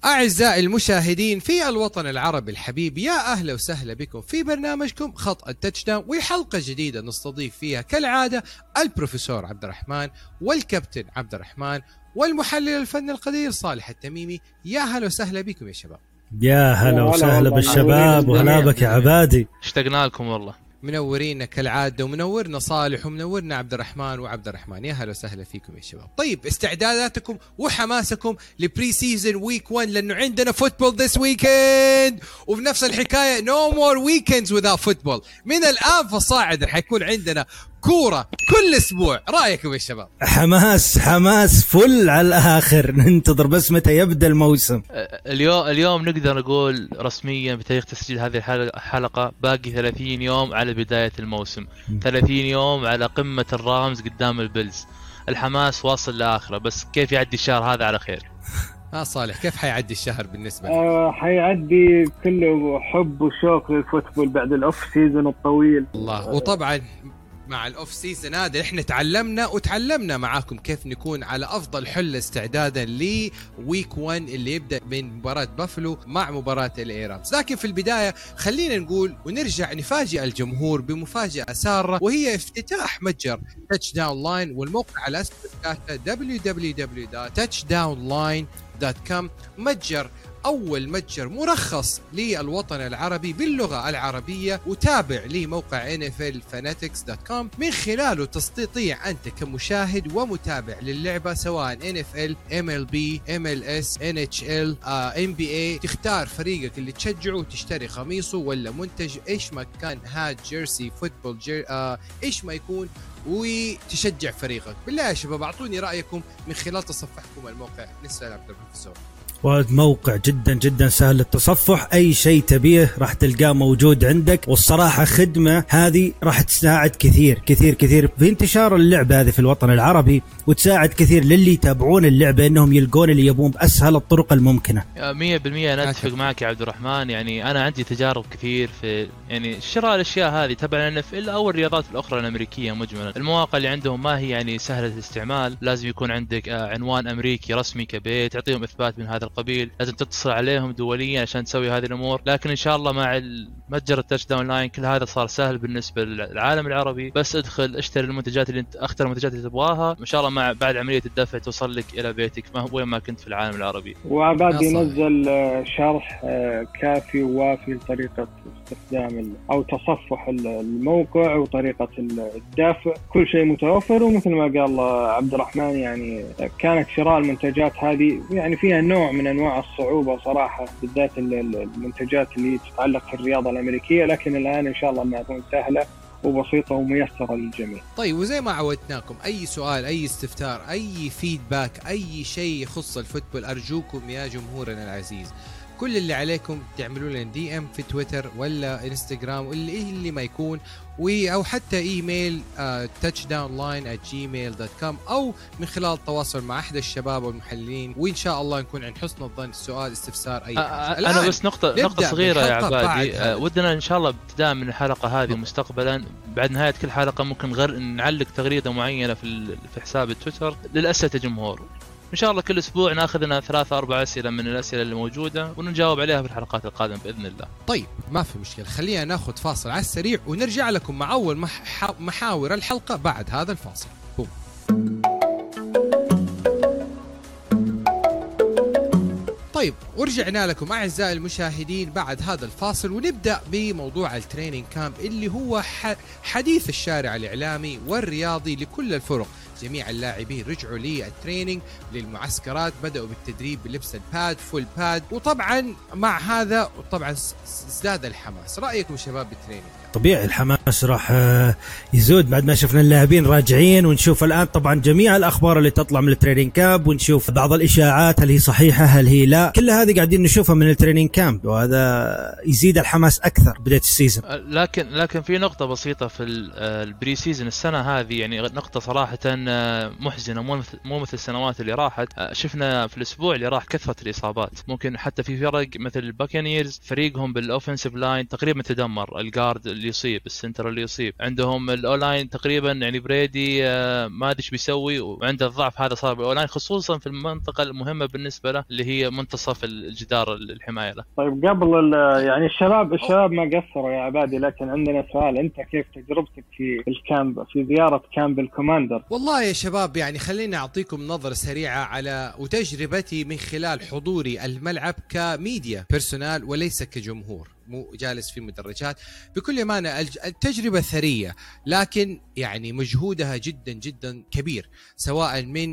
أعزائي المشاهدين في الوطن العربي الحبيب، يا أهلا وسهلا بكم في برنامجكم خط التاتش داون، وحلقة جديدة نستضيف فيها كالعادة البروفيسور عبد الرحمن والكابتن عبد الرحمن والمحلل الفني القدير صالح التميمي. يا أهلا وسهلا بكم يا شباب. يا هلا وسهلا بالشباب، وهلا بك يا عبادي، اشتقنا لكم والله. منورين كالعادة، ومنورنا صالح ومنورنا عبد الرحمن وعبد الرحمن. يا هلا وسهلا فيكم يا شباب. طيب، استعداداتكم وحماسكم لبري سيزن ويك 1، لأنه عندنا فوتبول ذس ويكند، وفي نفس الحكاية no more weekends without football. من الآن فصاعدا حيكون عندنا كورة كل أسبوع. رأيكم يا شباب؟ حماس فل على الآخر، ننتظر بس متى يبدأ الموسم. اليوم نقدر نقول رسميا بتاريخ تسجيل هذه الحلقة باقي 30 يوم على بداية الموسم، 30 يوم على قمة الرامز قدام البيلز. الحماس واصل لآخره، بس كيف يعدي الشهر هذا على خير؟ صالح، كيف حيعدي الشهر بالنسبة لك؟ حيعدي كله حب وشوق للفوتبول بعد الأوف سيزون الطويل. الله. وطبعا مع الأوف سيزن هذا احنا تعلمنا معاكم كيف نكون على أفضل حل استعدادا لويك 1 اللي يبدأ من مباراة بافلو مع مباراة الإيرامز. لكن في البداية خلينا نقول ونرجع نفاجئ الجمهور بمفاجأة سارة، وهي افتتاح متجر تاتش داون لاين، والموقع على اسم www.touchdownline.com. أول متجر مرخص للوطن العربي باللغة العربية، وتابع لموقع nflfanatics.com. من خلاله تستطيع أنت كمشاهد ومتابع للعبة سواء NFL، MLB، MLS، NHL، NBA، تختار فريقك اللي تشجعه وتشتري قميصه ولا منتج إيش ما كان، هاد جيرسي فوتبول إيش ما يكون، وتشجع فريقك. بالله يا شباب أعطوني رأيكم من خلال تصفحكم الموقع. نسأل عبد البروفيسور. وموقع جدا سهل التصفح، أي شيء تبيه راح تلقاه موجود عندك، والصراحة خدمة هذه راح تساعد كثير في انتشار اللعبة هذه في الوطن العربي، وتساعد كثير للي يتابعون اللعبة إنهم يلقون اللي يبون بأسهل الطرق الممكنة. 100% أنا أتفق معك يا عبد الرحمن. يعني أنا عندي تجارب كثير في شراء الأشياء هذه تبع NFL أو الرياضات الأخرى الأمريكية مجملا. المواقع اللي عندهم ما هي يعني سهلة الاستعمال، لازم يكون عندك عنوان أمريكي رسمي كبيت، تعطيهم إثبات من هذا القبيل، لازم تتصل عليهم دوليا عشان تسوي هذه الأمور. لكن إن شاء الله مع المتجر التاتش داون لاين كل هذا صار سهل بالنسبة للعالم العربي. بس ادخل اشتري المنتجات اللي اختار المنتجات اللي تبغاها، إن شاء الله مع بعد عملية الدفع توصل لك إلى بيتك وين ما كنت في العالم العربي. وعباد ينزل شرح كافي ووافي لطريقة استخدام أو تصفح الموقع وطريقة الدفع، كل شيء متوفر. ومثل ما قال عبد الرحمن يعني كانت شراء المنتجات هذه يعني فيها نوع من أنواع الصعوبة صراحة، بالذات المنتجات اللي تتعلق في الرياضة الأمريكية، لكن الآن إن شاء الله أنها تكون سهلة وبسيطة وميسرة للجميع. طيب، وزي ما عودناكم أي سؤال، أي استفسار، أي فيدباك، أي شيء يخص الفوتبول، أرجوكم يا جمهورنا العزيز كل اللي عليكم تعملوا لنا DM في تويتر ولا انستغرام اللي ما يكون، أو حتى إيميل touchdownline@gmail.com، أو من خلال التواصل مع أحد الشباب والمحللين، وإن شاء الله نكون عند حسن الظن. السؤال، استفسار، أي أنا بس نقطة صغيرة يا عبادي، ودنا إن شاء الله ابتداء من الحلقة هذه مستقبلا بعد نهاية كل حلقة ممكن نعلق تغريدة معينة في حساب التويتر للأسئلة الجمهور. إن شاء الله كل أسبوع ناخذ لنا 3-4 أسئلة من الأسئلة اللي موجودة ونجاوب عليها في الحلقات القادمة بإذن الله. طيب، ما في مشكلة، خلينا ناخذ فاصل على السريع ونرجع لكم مع أول محاور الحلقة بعد هذا الفاصل. بوم. طيب، ورجعنا لكم أعزائي المشاهدين بعد هذا الفاصل، ونبدأ بموضوع التريننج كامب اللي هو حديث الشارع الإعلامي والرياضي لكل الفرق. جميع اللاعبين رجعوا للتريننج للمعسكرات، بدأوا بالتدريب بلبس الباد فول باد، وطبعا مع هذا طبعا ازداد الحماس. رأيكم شباب بالتريننج؟ طبيعي الحماس راح يزود بعد ما شفنا اللاعبين راجعين، ونشوف الآن طبعا جميع الأخبار اللي تطلع من التريننج كامب، ونشوف بعض الإشاعات هل هي صحيحة هل هي لا، كل هذه قاعدين نشوفها من التريننج كامب، وهذا يزيد الحماس أكثر بداية السيزن. لكن في نقطة بسيطة في البري سيزن السنة هذه، يعني نقطة صراحة محزنة، مو مثل السنوات اللي راحت. شفنا في الأسبوع اللي راح كثرة الإصابات، ممكن حتى في فرق مثل الباكانيرز فريقهم بالأوفنسيف لاين تقريبا تدمر، الجارد اللي يصيب، السنتر اللي يصيب، عندهم الأولاين تقريبا يعني بريدي ما أدري إيش بيسوي، وعنده الضعف هذا صار بالأولاين، خصوصا في المنطقة المهمة بالنسبة له اللي هي منتصف الجدار الحمايه له. طيب قبل يعني الشباب ما قصروا يا عبادي، لكن عندنا سؤال، انت كيف تجربتك في الكامب، في زياره كامب الكوماندر؟ والله يا شباب يعني خليني اعطيكم نظرة سريعة على وتجربتي من خلال حضوري الملعب كميديا بيرسونال وليس كجمهور مو جالس في المدرجات. بكل امانه التجربه ثريه، لكن يعني مجهودها جدا جدا كبير، سواء من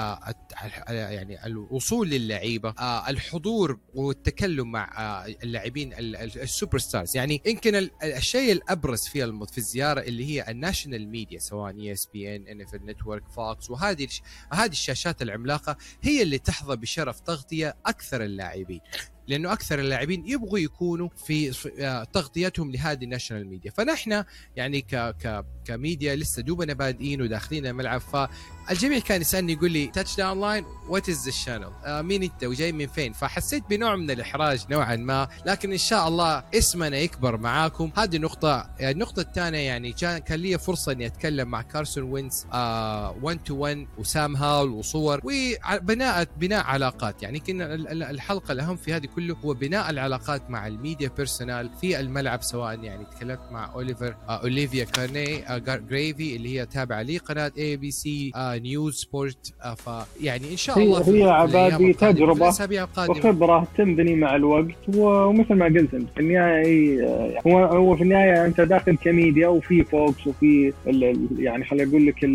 يعني الوصول للعيبه، الحضور والتكلم مع اللاعبين السوبر ستارز. يعني يمكن الشيء الابرز في الزياره اللي هي الناشونال ميديا، سواء ESPN، NFL نتورك، فوكس، وهذه الشاشات العملاقه هي اللي تحظى بشرف تغطيه اكثر اللاعبين، لأنه أكثر اللاعبين يبغوا يكونوا في تغطيتهم لهذه الناشونال ميديا. فنحن يعني كميديا لسه دوبنا بادئين وداخلين الملعب، فالجميع كان يسألني يقول لي تاتش داون لاين وات از ذا شانل، مين انت وجاي من فين؟ فحسيت بنوع من الإحراج نوعا ما، لكن إن شاء الله اسمنا يكبر معاكم. هذه نقطة. النقطة الثانية يعني كان لي فرصة إني أتكلم مع كارسون وينز 1 to 1 وسام هاول وصور وبناء علاقات. يعني كنا الحلقة الأهم في هذه كله هو بناء العلاقات مع الميديا بيرسونال في الملعب، سواء يعني تكلمت مع أوليفيا كارني جريفي اللي هي تابعة لي قناة ABC نيوز سبورت. فيعني إن شاء الله هي عبادي تجربة وخبرة تنبني مع الوقت، ومثل ما قلت انت في النهاية هو في النهاية انت داخل كميديا وفي فوكس وفي يعني خلي اقول لك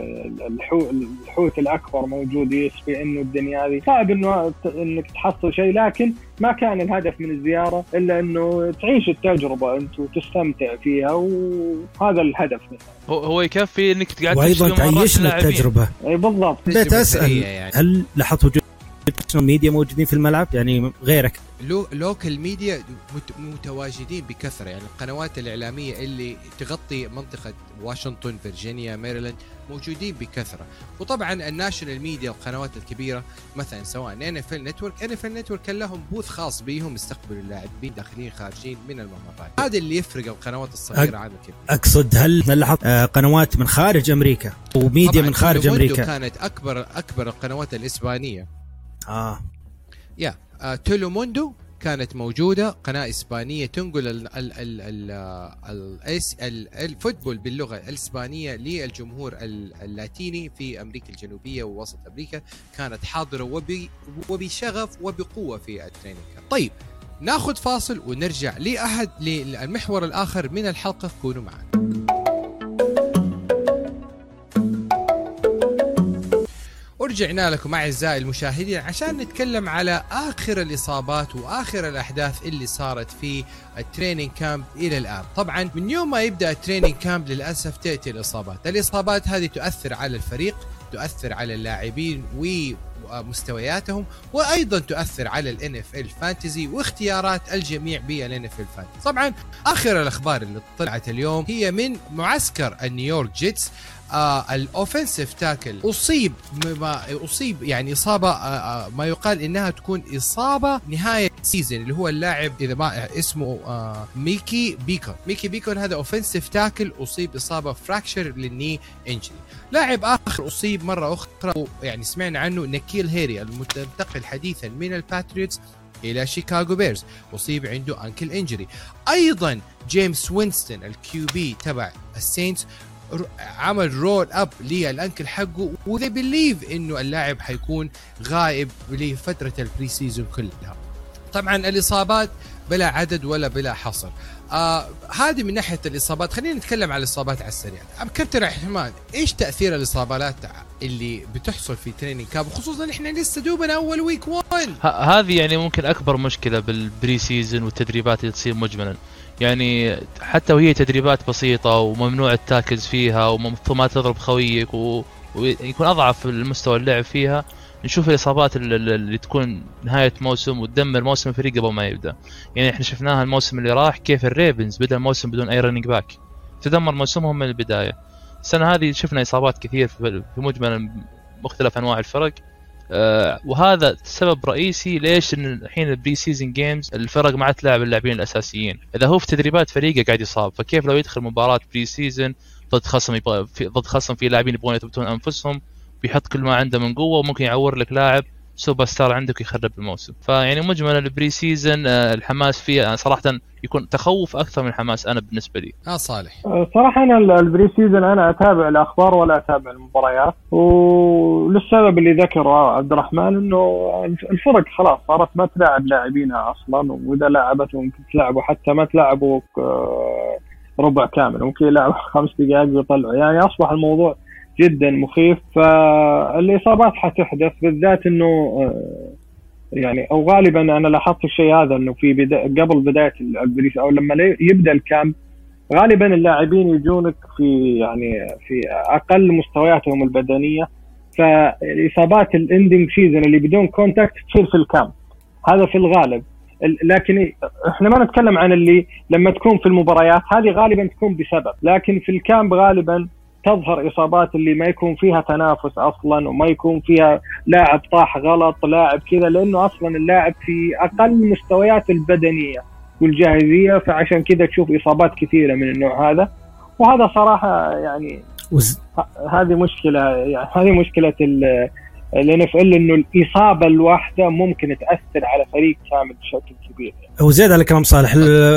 الحوت الاكبر موجود يسبي انه الدنيا هذه صعب انك تحصل شيء، لكن ما كان الهدف من الزيارة إلا أنه تعيش التجربة أنت وتستمتع فيها، وهذا الهدف منها. هو يكفي أنك تقعد وأيضا تعيشنا التجربة. أي بالضبط. بتسأل يعني. هل لاحظت وجود ميديا موجودين في الملعب يعني غيرك؟ لوكال ميديا متواجدين بكثرة، يعني القنوات الإعلامية اللي تغطي منطقة واشنطن، فيرجينيا، ميريلاند موجودين بكثرة. وطبعا الناشونال ميديا القنوات الكبيرة مثلا سواء NFL نتورك كان لهم بوث خاص بيهم يستقبلوا اللاعبين داخلين خارجين من الممرات. هذا اللي يفرق القنوات الصغيرة عن الكبيرة. أقصد هل لاحظت قنوات من خارج أمريكا وميديا من خارج أمريكا؟ كانت أكبر القنوات الإسبانية. تيلوموندو كانت موجودة، قناة إسبانية تنقل الفوتبول باللغة الإسبانية للجمهور اللاتيني في أمريكا الجنوبية ووسط أمريكا، كانت حاضرة وبشغف وبقوة في التريننج. طيب ناخذ فاصل ونرجع للمحور الآخر من الحلقة، كونوا معنا. ورجعنا لكم أعزائي المشاهدين عشان نتكلم على آخر الإصابات وآخر الأحداث اللي صارت في التريننج كامب إلى الآن. طبعا من يوم ما يبدأ التريننج كامب للأسف تأتي الإصابات هذه تؤثر على الفريق، تؤثر على اللاعبين ومستوياتهم، وأيضا تؤثر على NFL فانتزي واختيارات الجميع بالNFL فانتزي. طبعا آخر الأخبار اللي طلعت اليوم هي من معسكر النيويورك جيتس. الأوفنسيف تاكل أصيب يعني إصابة ما يقال إنها تكون إصابة نهاية سيزن، اللي هو اللاعب إذا ما اسمه ميكي بيكون. هذا أوفنسيف تاكل أصيب إصابة فراكشر للني إنجري. لاعب آخر أصيب مرة أخرى يعني سمعنا عنه نكيل هيري المنتقل حديثا من الباتريوتس إلى شيكاغو بيرز، أصيب عنده أنكل إنجري. أيضا جيمس وينستون الكيوبي تبع السينتس عمل رول اب للانكل حقه، وذي بليف انه اللاعب حيكون غائب لفتره البري سيزون كلها. طبعا الاصابات بلا عدد ولا بلا حصر. هذه من ناحيه الاصابات. خلينا نتكلم على الاصابات على السريع. كابتن رحمن، ايش تاثير الاصابات اللي بتحصل في تريننج كاب، خصوصا احنا لسه دوبنا اول ويك 1؟ هذه يعني ممكن اكبر مشكله بالبري سيزون والتدريبات اللي تصير مجملا. يعني حتى وهي تدريبات بسيطة وممنوع التاكلز فيها وما تضرب خويك ويكون أضعف المستوى اللعب فيها، نشوف الإصابات اللي تكون نهاية موسم وتدمر موسم الفريق قبل ما يبدأ. يعني احنا شفناها الموسم اللي راح كيف الريفنز بدأ الموسم بدون أي رننج باك، تدمر موسمهم من البداية. السنة هذه شفنا إصابات كثير في مجمل مختلف أنواع الفرق، وهذا سبب رئيسي ليش ان الحين البري سيزن جيمز الفرق ما تلعب اللاعبين الاساسيين. اذا هو في تدريبات فريقه قاعد يصاب، فكيف لو يدخل مباراه بري سيزن ضد خصم في لاعبين يبغون يثبتون انفسهم، بيحط كل ما عنده من قوه وممكن يعور لك لاعب سوبر ستار عندك يخرب الموسم. فيعني مجملا البري سيزن الحماس فيه صراحه يكون تخوف اكثر من الحماس انا بالنسبه لي. صالح صراحه انا البري سيزن انا اتابع الاخبار ولا اتابع المباريات، وللسبب اللي ذكره عبد الرحمن انه الفرق خلاص صارت ما تلاعب لاعبينها اصلا، واذا لعبتهم ممكن تلعبوا حتى ما تلعبوا ربع كامل، ممكن يلعبوا 5 دقائق ويطلعوا، يعني اصبح الموضوع جدا مخيف. فالاصابات حتحدث بالذات انه يعني او غالبا انا لاحظت الشيء هذا انه في قبل بدايه البريس او لما يبدا الكامب غالبا اللاعبين يجونك في يعني في اقل مستوياتهم البدنيه، فالاصابات الاندنج سيزون اللي بدون كونتاكت تصير في الكامب هذا في الغالب. لكن احنا ما نتكلم عن اللي لما تكون في المباريات، هذه غالبا تكون بسبب، لكن في الكامب غالبا تظهر إصابات اللي ما يكون فيها تنافس أصلا، وما يكون فيها لاعب طاح غلط لاعب كذا، لأنه أصلا اللاعب في أقل مستويات البدنية والجاهزية، فعشان كذا تشوف إصابات كثيرة من النوع هذا. وهذا صراحة يعني هذه مشكلة، يعني هذه مشكلة NFL إنه الإصابة الواحدة ممكن تأثر على فريق كامل بشكل كبير. وزيادة على كلام صالح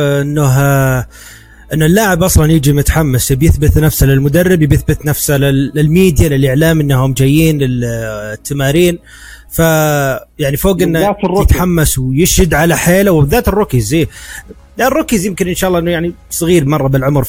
انه اللاعب اصلا يجي متحمس، بيثبت نفسه للمدرب، بيثبت نفسه للميديا للاعلام انهم جايين للتمارين، ف يعني فوق انه يتحمس ويشد على حيله، وبذات الروكيز الروكيز يمكن ان شاء الله انه يعني صغير مره بالعمر،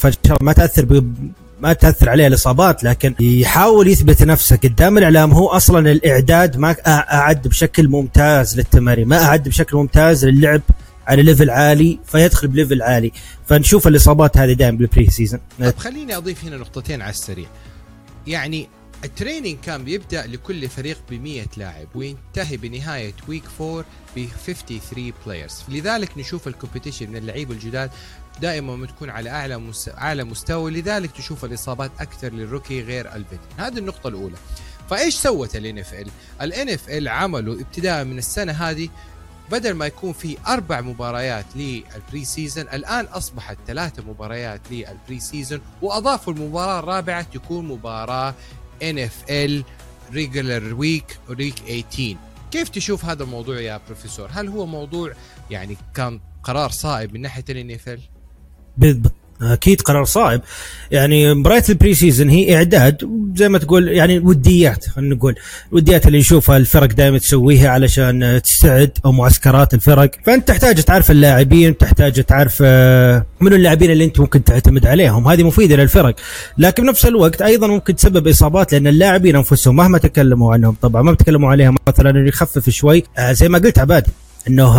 ما تأثر عليه الإصابات، لكن يحاول يثبت نفسه قدام الإعلام. هو أصلا الإعداد ما أعد بشكل ممتاز للتمارين، ما أعد بشكل ممتاز للعب على ليفل عالي، فيدخل بليفل عالي، فنشوف الإصابات هذه دائما بالبري سيزن. طيب خليني أضيف هنا نقطتين على السريع. يعني التريننج كان بيبدأ لكل فريق ب100 لاعب وينتهي بنهاية ويك 4 ب53 بلايرز، لذلك نشوف الكومبيتيشن من اللعيبة الجداد دائما ما تكون على أعلى مستوى، لذلك تشوف الإصابات أكثر للروكي غير الفيتران. هذه النقطة الأولى. فإيش سوت ال NFL عملوا ابتداء من السنة هذه، بدل ما يكون في 4 مباريات للبري سيزن، الآن أصبحت 3 مباريات للبري سيزن، وأضافوا المباراة الرابعة تكون مباراة NFL Regular Week 18. كيف تشوف هذا الموضوع يا بروفيسور؟ هل هو موضوع يعني كان قرار صائب من ناحية NFL؟ أكيد قرار صائب. يعني مباراة البري سيزن هي إعداد زي ما تقول، يعني وديات، خلينا نقول وديات اللي نشوفها الفرق دائما تسويها علشان تستعد، أو معسكرات الفرق. فأنت تحتاج تعرف اللاعبين، تحتاج تعرف من اللاعبين اللي أنت ممكن تعتمد عليهم، هذه مفيدة للفرق. لكن بنفس الوقت أيضا ممكن تسبب إصابات، لأن اللاعبين أنفسهم مهما تكلموا عنهم طبعا ما بتكلموا عليهم مثلا إنه يخفف شوي، زي ما قلت عبادي إنه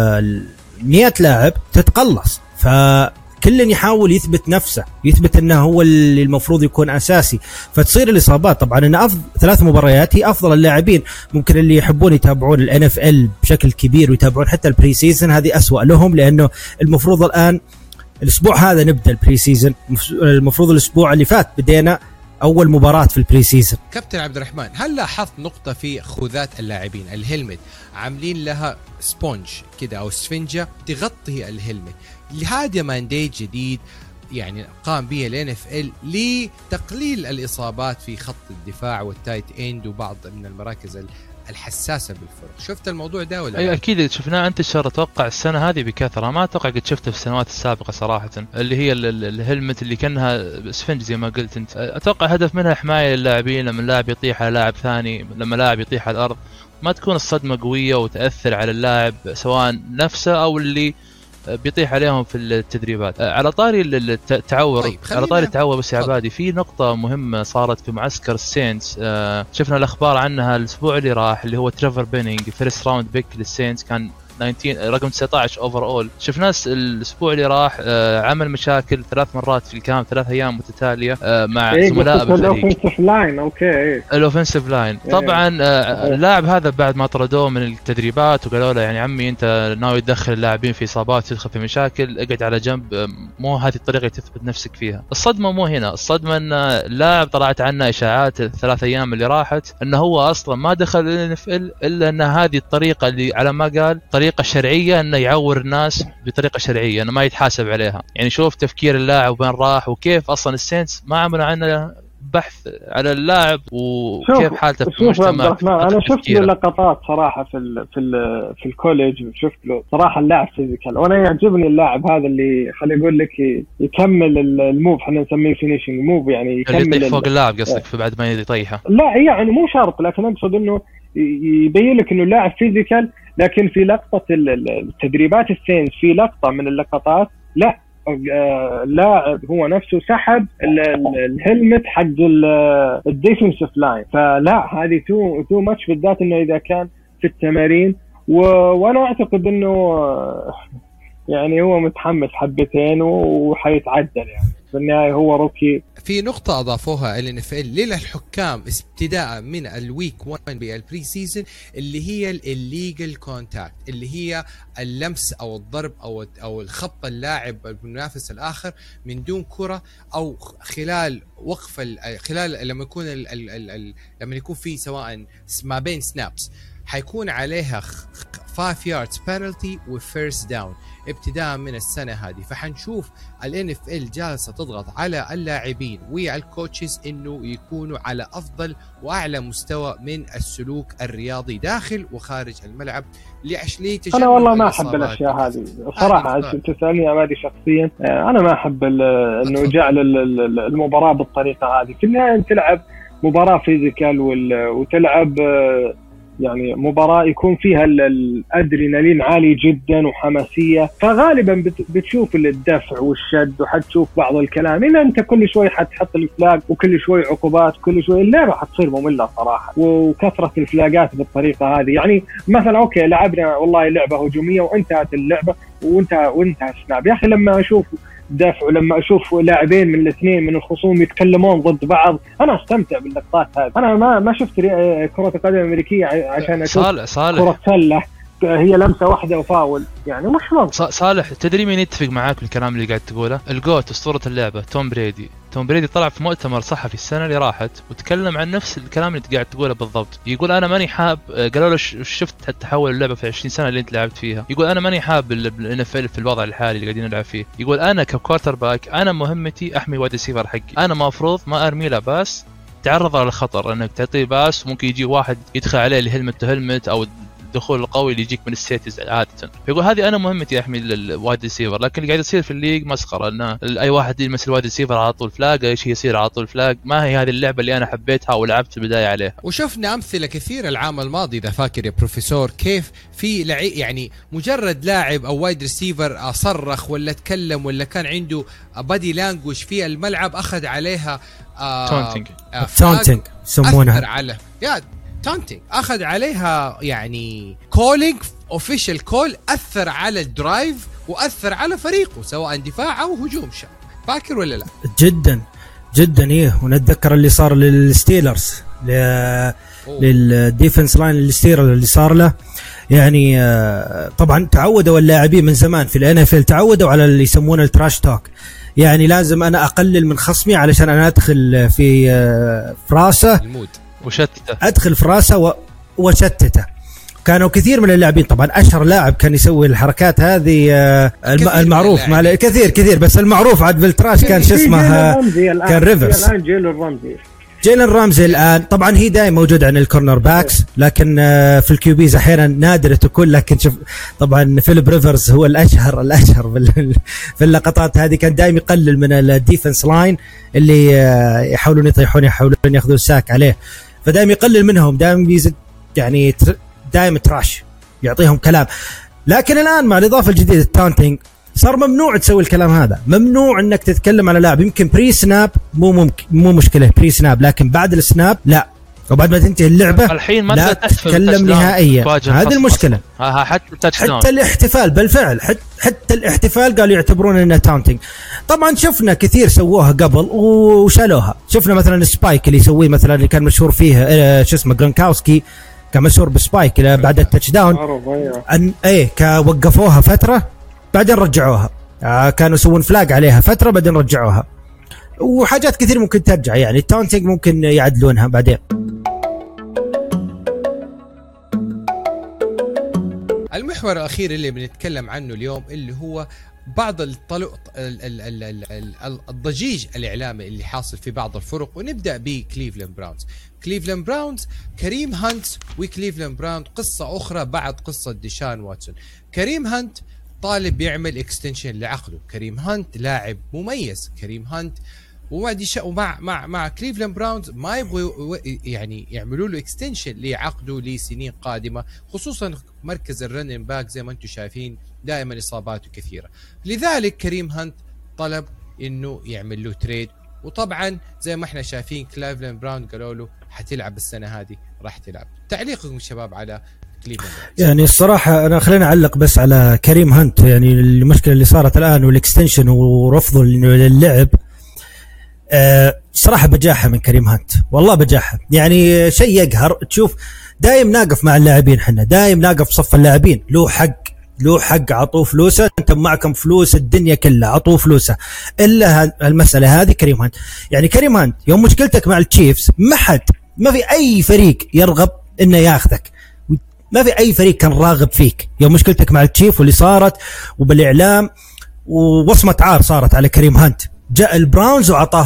100 لاعب تتقلص، كل يحاول يثبت نفسه، يثبت انه هو اللي المفروض يكون اساسي، فتصير الاصابات. طبعا ان 3 مباريات هي افضل اللاعبين، ممكن اللي يحبون يتابعون الNFL بشكل كبير ويتابعون حتى البري سيزن هذه أسوأ لهم، لانه المفروض الان الاسبوع هذا نبدا البري سيزن، المفروض الاسبوع اللي فات بدينا اول مباراه في البري سيزن. كابتن عبد الرحمن، هل لاحظت نقطه في خوذات اللاعبين الهلمت عاملين لها سبونج كده او سفنجه تغطي الهلمت؟ هذا مانديت جديد يعني قام به الNFL لتقليل الإصابات في خط الدفاع والتايت اند وبعض من المراكز الحساسة بالفرق. شفت الموضوع ده ولا؟ أي أكيد شفناه انتشر، أتوقع السنة هذه بكثرة، ما أتوقع قد شفته في السنوات السابقة صراحة، اللي هي الهلمت اللي كانها سفنج زي ما قلت أنت. أتوقع هدف منها حماية للاعبين، لما اللاعب يطيح على لاعب ثاني، لما لاعب يطيح على الأرض ما تكون الصدمة قوية وتأثر على اللاعب سواء نفسه أو اللي بيطيح عليهم في التدريبات. على طاري التعور، طيب على طاري التعور بس يا عبادي، في نقطة مهمة صارت في معسكر السينتس، شفنا الأخبار عنها الأسبوع اللي راح، اللي هو تريفر بينينج فيرست راوند بيك للسينتس، كان 19 رقم 19 اوفر اول. شفناه الاسبوع اللي راح عمل مشاكل 3 مرات في الكامب 3 ايام متتاليه مع زملائه بالفريق. الاوفنسيف لاين طبعا اللاعب هذا بعد ما طردوه من التدريبات وقالوا له يعني عمي انت ناوي تدخل اللاعبين في اصابات تدخل في مشاكل، اقعد على جنب، مو هذه الطريقه تثبت نفسك فيها. الصدمه مو هنا، الصدمه ان اللاعب طلعت عنه اشاعات 3 ايام اللي راحت انه هو اصلا ما دخل NFL الا ان هذه الطريقه اللي على ما قال طريقه شرعيه، انه يعور الناس بطريقه شرعيه، انه ما يتحاسب عليها. يعني شوف تفكير اللاعب وين راح، وكيف اصلا السينتس ما عملوا عنه بحث على اللاعب وكيف حالته في المجتمع. انا شفت له لقطات صراحه في الكوليج، وشفت له صراحه اللاعب فيزيكال، وانا يعجبني اللاعب هذا اللي خلي اقول لك يكمل الموف، احنا نسميه فينيشنج موف، يعني يكمل اللي يطيح فوق اللاعب قصدك في بعد ما يطيحه. لا يعني مو شرط، لكن اقصد انه يبين لك انه اللاعب فيزيكال. لكن في لقطه التدريبات السينز، في لقطه من اللقطات لا لاعب هو نفسه سحب الهلمت حق الديفنسيف لاين، فلا هذه تو ماتش، بالذات انه اذا كان في التمارين. وانا اعتقد انه يعني هو متحمس حبتين وحيتعدل، يعني في النهاية هو روكي. في نقطة أضافوها NFL للحكام ابتداء من الويك 1 بالبري سيزن، اللي هي الليجل كونتاكت، اللي هي اللمس أو الضرب أو الخبط اللاعب المنافس الآخر من دون كرة، أو خلال وقف خلال لما يكون لما يكون في سواء ما بين سنابس، حيكون عليها 5 yards penalty و first down ابتداء من السنة هذه. فحنشوف ال NFL جالسة تضغط على اللاعبين والكوتشز انه يكونوا على افضل واعلى مستوى من السلوك الرياضي داخل وخارج الملعب. انا والله ما احب الاشياء هذه صراحة. تسألني هذه شخصيا، انا ما احب انه جعل المباراة بالطريقة هذه. في النهاية تلعب مباراة فيزيكال وتلعب يعني مباراة يكون فيها الأدرينالين عالي جدا وحماسية، فغالبا بتشوف الدفع والشد، وحتشوف بعض الكلام. إن أنت كل شوي حتحط الفلاج وكل شوي عقوبات، كل شوي اللعبة حتصير مملة صراحة. وكثرة الفلاجات بالطريقة هذه، يعني مثلا أوكي لعبنا والله لعبة هجومية وانتهت اللعبة وانتهى سناب، يا أخي لما أشوف دافع ولما اشوف لاعبين من الاثنين من الخصوم يتكلمون ضد بعض انا استمتع باللقطات هذه. انا ما شفت كرة القدم الامريكية عشان اشوف صالح كرة سلة هي لمسة واحدة وفاول، يعني مش منطق. صالح تدري مين يتفق معاك بالكلام اللي قاعد تقوله؟ الجوت اسطورة اللعبة توم بريدي طلع في مؤتمر صحفي السنة اللي راحت وتكلم عن نفس الكلام اللي قاعد تقوله بالضبط. يقول انا ماني حاب، قالوا له شفت تحول اللعبة في 20 سنة اللي انت لعبت فيها؟ يقول انا ماني حاب ال NFL في الوضع الحالي اللي قاعدين نلعب فيه. يقول انا ككوارتر باك انا مهمتي احمي وايد ريسيفر حقي، انا مفروض ما ارمي له باس تعرض على الخطر، انك تعطيه باس وممكن يجي واحد يدخل عليه الهلمت او الدخول القوي اللي يجيك من السيتيز عادة. يقول هذه انا مهمتي احمي الوايد ريسيفر، لكن اللي قاعد يصير في الليج مسخره، ان اي واحد يلمس الوايد ريسيفر على طول فلاج، اي شيء يصير على طول فلاج. ما هي هذه اللعبه اللي انا حبيتها ولعبت في البدايه عليها. وشفنا امثله كثيره العام الماضي اذا فاكر يا بروفيسور، كيف في لعيب يعني مجرد لاعب او وايد ريسيفر صرخ ولا تكلم ولا كان عنده بادي لانجوج في الملعب اخذ عليها تونتينج يسمونها على تانتينج، أخذ عليها يعني كولينج اوفيشال كول، أثر على الدرايف وأثر على فريقه سواء دفاع أو هجوم. فاكر ولا لا؟ جدا إيه. ونتذكر اللي صار للستيلرز للديفنس لاين الستيلرز اللي صار له، يعني طبعا تعودوا اللاعبين من زمان في NFL تعودوا على اللي يسمونه التراش توك، يعني لازم أنا أقلل من خصمي علشان أنا أدخل في فراسة المود وشتته، أدخل في راسه وشتته. كانوا كثير من اللاعبين، طبعا أشهر لاعب كان يسوي الحركات هذه المعروف كثير بس المعروف عاد بالتراش كان شو اسمه، كان ريفرس جيلن رامزي. الآن طبعا هي دائما موجود عن الكورنر باكس، لكن في الكيوبيز أحيانا نادرة تكون. لكن شوف طبعا فيليب ريفرز هو الأشهر في اللقطات هذه، كان دائما يقلل من الديفنس لاين اللي يحاولون يطيحون يحاولون ياخذون ساك عليه، فدائما يقلل منهم، دائما بيزد يعني دائما تراش يعطيهم كلام. لكن الآن مع الإضافة الجديدة التانتينج صار ممنوع تسوي الكلام هذا، ممنوع انك تتكلم على لاعب. يمكن بري سناب مو مشكله بري سناب، لكن بعد السناب لا، وبعد ما تنتهي اللعبه الحين ما لا تتكلم نهائيا. هذه المشكله. حتى الاحتفال بالفعل، حتى الاحتفال قالوا يعتبرون انه تاونتينج. طبعا شفنا كثير سووها قبل وشالوها. شفنا مثلا سبايك اللي يسويه، مثلا اللي كان مشهور فيه شو اسمه جرانكاوسكي، كان مشهور بسبايك بعد التاتش داون وقفوها فتره بعدين رجعوها. كانوا يسوون فلاج عليها فترة بعدين رجعوها، وحاجات كثير ممكن ترجع. يعني التاونتينج ممكن يعدلونها بعدين. المحور الأخير اللي بنتكلم عنه اليوم اللي هو بعض الضجيج الإعلامي اللي حاصل في بعض الفرق، ونبدأ بكليفلاند براونز. كليفلاند براونز، كريم هانت وكليفلاند براونز قصة أخرى بعد قصة ديشان واتسون. كريم هانت طالب يعمل اكستنشن لعقده. كريم هانت لاعب مميز. كريم هانت ومع كليفلاند براونز ما يبغوا يعني يعملوا له اكستنشن لعقده لسنين قادمة، خصوصا مركز الرنين باك زي ما انتم شايفين دائما اصاباته كثيرة. لذلك كريم هانت طلب انه يعمل له تريد، وطبعا زي ما احنا شايفين كليفلاند براونز قالوا له حتلعب السنة هذه، راح تلعب. تعليقكم شباب على كليفلاند؟ يعني الصراحة أنا خلينا أعلق بس على كريم هانت. يعني المشكلة اللي صارت الآن والاكستنشن ورفضه للعب، صراحة بجاحة من كريم هانت، والله بجاحة. يعني شيء يقهر. تشوف دايم ناقف مع اللاعبين، حنا دايم ناقف صف اللاعبين. له حق عطوه فلوسه، انتم معكم فلوس الدنيا كلها، عطوه فلوسه. الا المسألة هذه كريم هانت. يعني كريم هانت يوم مشكلتك مع التشيفز ما في اي فريق يرغب انه ياخذك، ما في اي فريق كان راغب فيك يوم مشكلتك مع التشيف واللي صارت وبالاعلام ووصمة عار صارت على كريم هانت. جاء البراونز وعطاه